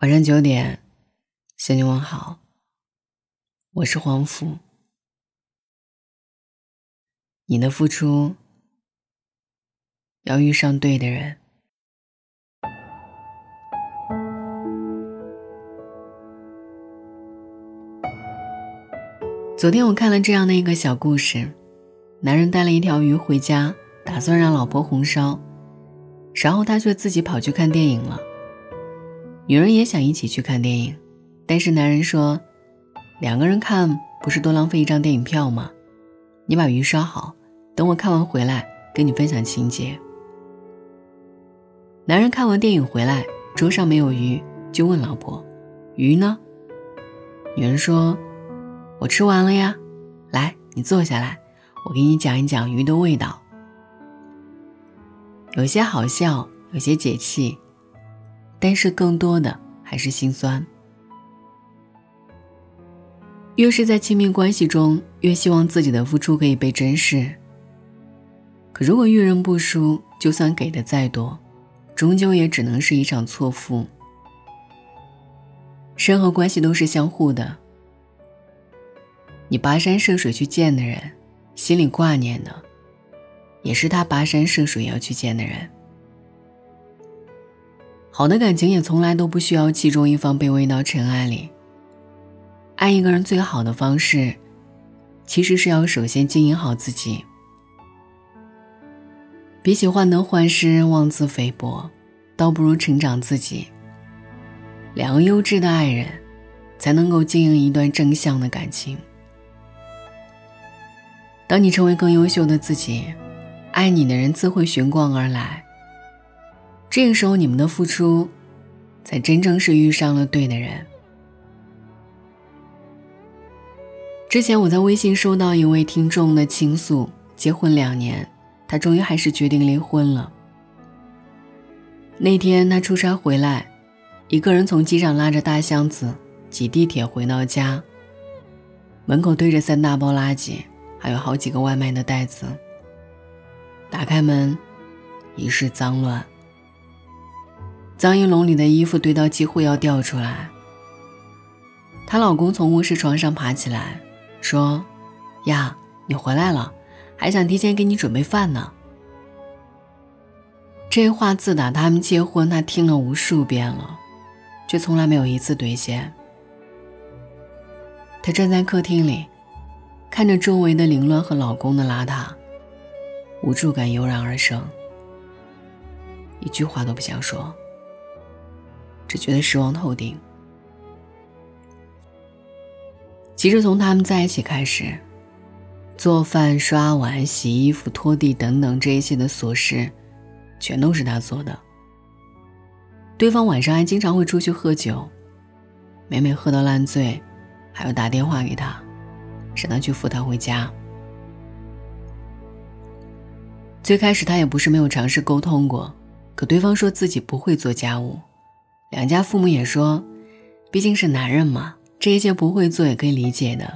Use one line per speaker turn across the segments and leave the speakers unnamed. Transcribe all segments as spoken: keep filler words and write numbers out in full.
晚上九点，向你问好，我是黄甫。你的付出要遇上对的人。昨天我看了这样的一个小故事，男人带了一条鱼回家，打算让老婆红烧，然后他却自己跑去看电影了。女人也想一起去看电影，但是男人说，两个人看不是多浪费一张电影票吗？你把鱼烧好，等我看完回来跟你分享情节。男人看完电影回来，桌上没有鱼，就问老婆，鱼呢？女人说，我吃完了呀，来，你坐下来，我给你讲一讲鱼的味道。有些好笑，有些解气，但是更多的还是心酸。越是在亲密关系中，越希望自己的付出可以被珍视。可如果遇人不淑，就算给的再多，终究也只能是一场错付。任何关系都是相互的，你跋山涉水去见的人，心里挂念的也是他跋山涉水要去见的人。好的感情也从来都不需要其中一方卑微到尘埃里。爱一个人最好的方式，其实是要首先经营好自己。比起患得患失、妄自菲薄，倒不如成长自己。两个优质的爱人，才能够经营一段正向的感情。当你成为更优秀的自己，爱你的人自会寻光而来。这个时候，你们的付出，才真正是遇上了对的人。之前我在微信收到一位听众的倾诉，结婚两年，他终于还是决定离婚了。那天他出差回来，一个人从机场拉着大箱子挤地铁回到家，门口堆着三大包垃圾，还有好几个外卖的袋子。打开门，一室脏乱，脏衣笼里的衣服堆到几乎要掉出来。她老公从卧室床上爬起来说，呀，你回来了，还想提前给你准备饭呢。这话自打他们结婚，他听了无数遍了，却从来没有一次兑现。她站在客厅里，看着周围的凌乱和老公的邋遢，无助感油然而生，一句话都不想说，只觉得失望透顶。其实从他们在一起开始，做饭、刷碗、洗衣服、拖地等等这一些的琐事，全都是他做的。对方晚上还经常会出去喝酒，每每喝到烂醉，还要打电话给他，让他去扶他回家。最开始他也不是没有尝试沟通过，可对方说自己不会做家务，两家父母也说，毕竟是男人嘛，这一切不会做也可以理解的。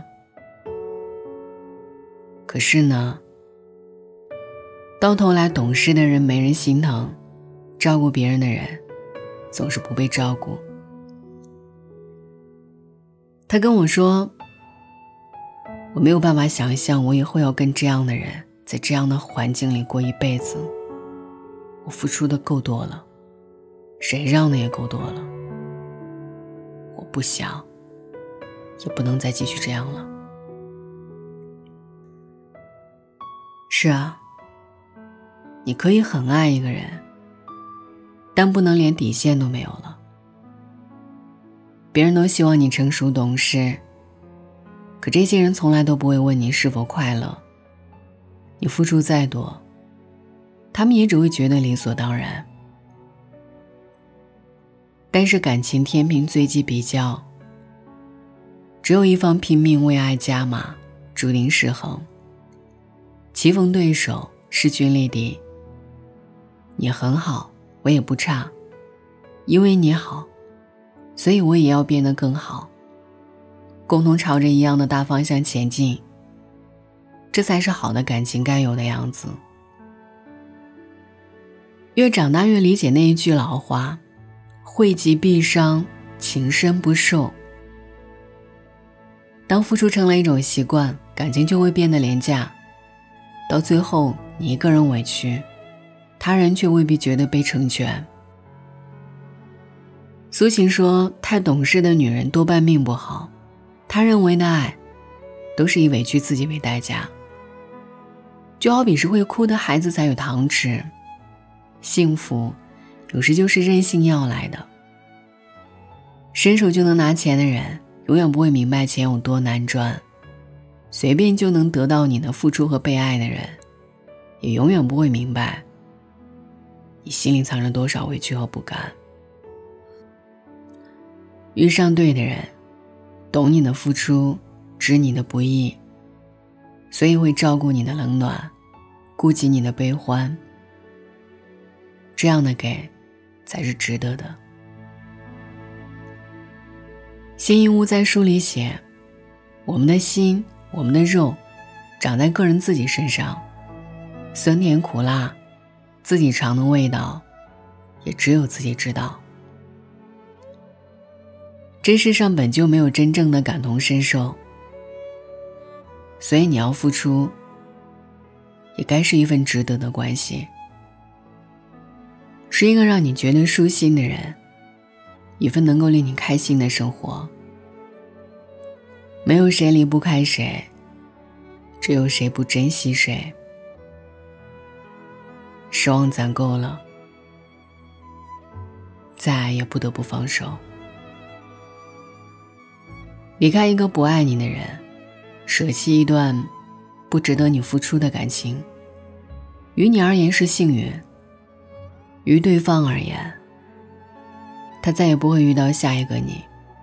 可是呢，到头来懂事的人没人心疼，照顾别人的人总是不被照顾。他跟我说，我没有办法想象我以后要跟这样的人在这样的环境里过一辈子。我付出的够多了，谁让的也够多了，我不想也不能再继续这样了。是啊，你可以很爱一个人，但不能连底线都没有了。别人都希望你成熟懂事，可这些人从来都不会问你是否快乐。你付出再多，他们也只会觉得理所当然。但是感情天平随机比较，只有一方拼命为爱加码，注定失衡。棋逢对手，势均力敌。你很好，我也不差，因为你好，所以我也要变得更好，共同朝着一样的大方向前进，这才是好的感情该有的样子。越长大越理解那一句老话，惠及必伤， 情深不寿。当付出成了一种习惯，感情就会变得廉价，到最后你一个人委屈，他人却未必觉得被成全。苏秦说，太懂事的女人多半命不好，她认为的爱都是以委屈自己为代价。就好比是会哭的孩子才有糖吃，幸福有时就是任性要来的。伸手就能拿钱的人永远不会明白钱有多难赚，随便就能得到你的付出和被爱的人也永远不会明白你心里藏着多少委屈和不甘。遇上对的人，懂你的付出，知你的不易，所以会照顾你的冷暖，顾及你的悲欢，这样的给才是值得的。辛夷坞在书里写，我们的心，我们的肉长在个人自己身上，酸甜苦辣自己尝的味道也只有自己知道。这世上本就没有真正的感同身受，所以你要付出也该是一份值得的关系，是一个让你觉得舒心的人，一份能够令你开心的生活。没有谁离不开谁，只有谁不珍惜谁。失望攒够了，再爱也不得不放手。离开一个不爱你的人，舍弃一段不值得你付出的感情，于你而言是幸运，于对方而言，他再也不会遇到下一个你。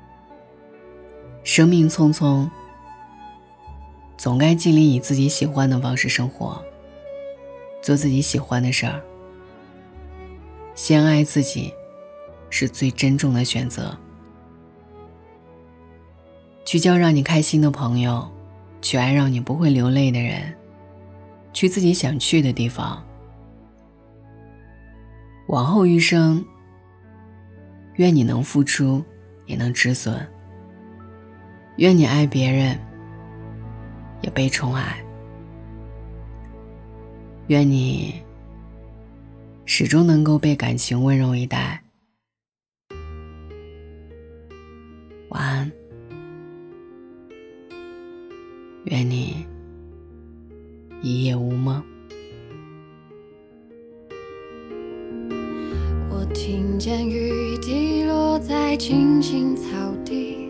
生命匆匆，总该尽力以自己喜欢的方式生活，做自己喜欢的事儿。先爱自己是最珍重的选择。去交让你开心的朋友，去爱让你不会流泪的人，去自己想去的地方。往后余生，愿你能付出，也能止损。愿你爱别人，也被宠爱。愿你始终能够被感情温柔以待。晚安。愿你一夜无梦。
我听见雨滴落在青青草地，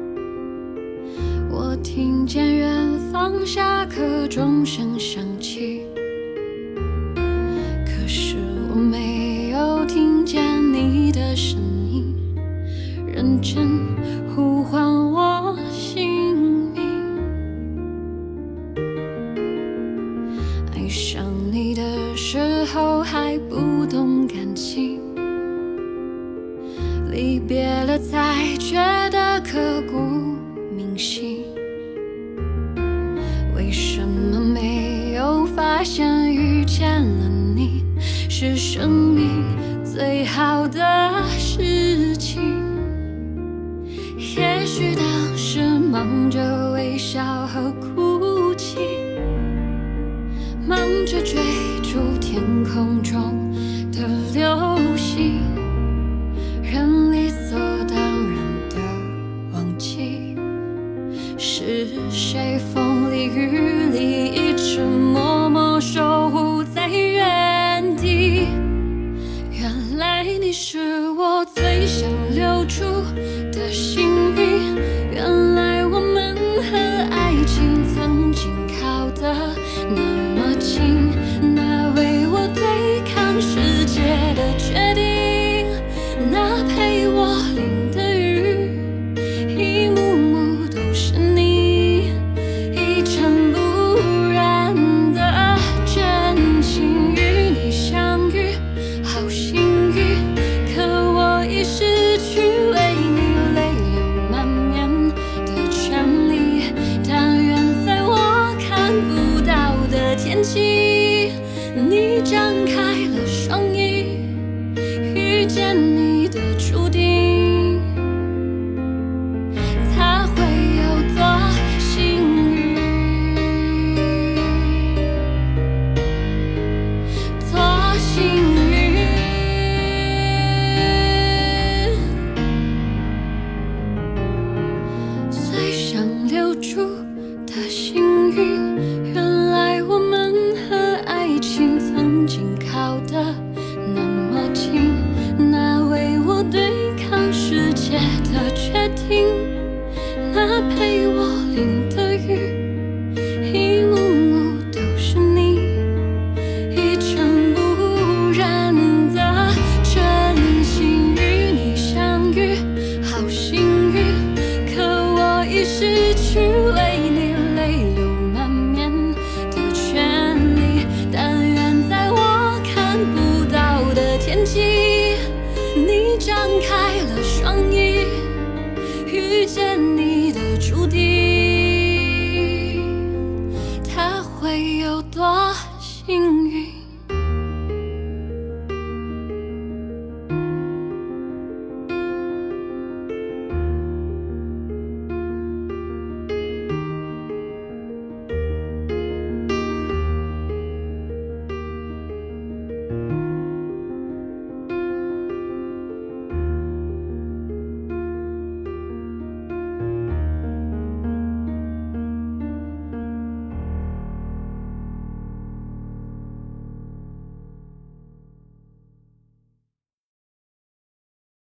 我听见远方下课钟声响起，可是我没有听见你的声音，认真呼唤我姓名。爱上你的时候还不懂感情，离别了才觉得刻骨铭心。为什么没有发现遇见了你是生命最好的事情？也许当时忙着微笑和哭泣，忙着追逐天空中的流星，人理所当然的忘记是谁风里雨里一直默默守护在原地。原来你是我最想留住的幸运，原来我们和爱情曾经靠得那么近，那为我对抗世界的决定，那陪我淋的雨，一幕幕都是你，一尘不染的真情。与你相遇好幸运，可我已失去为你泪流些的决定，那陪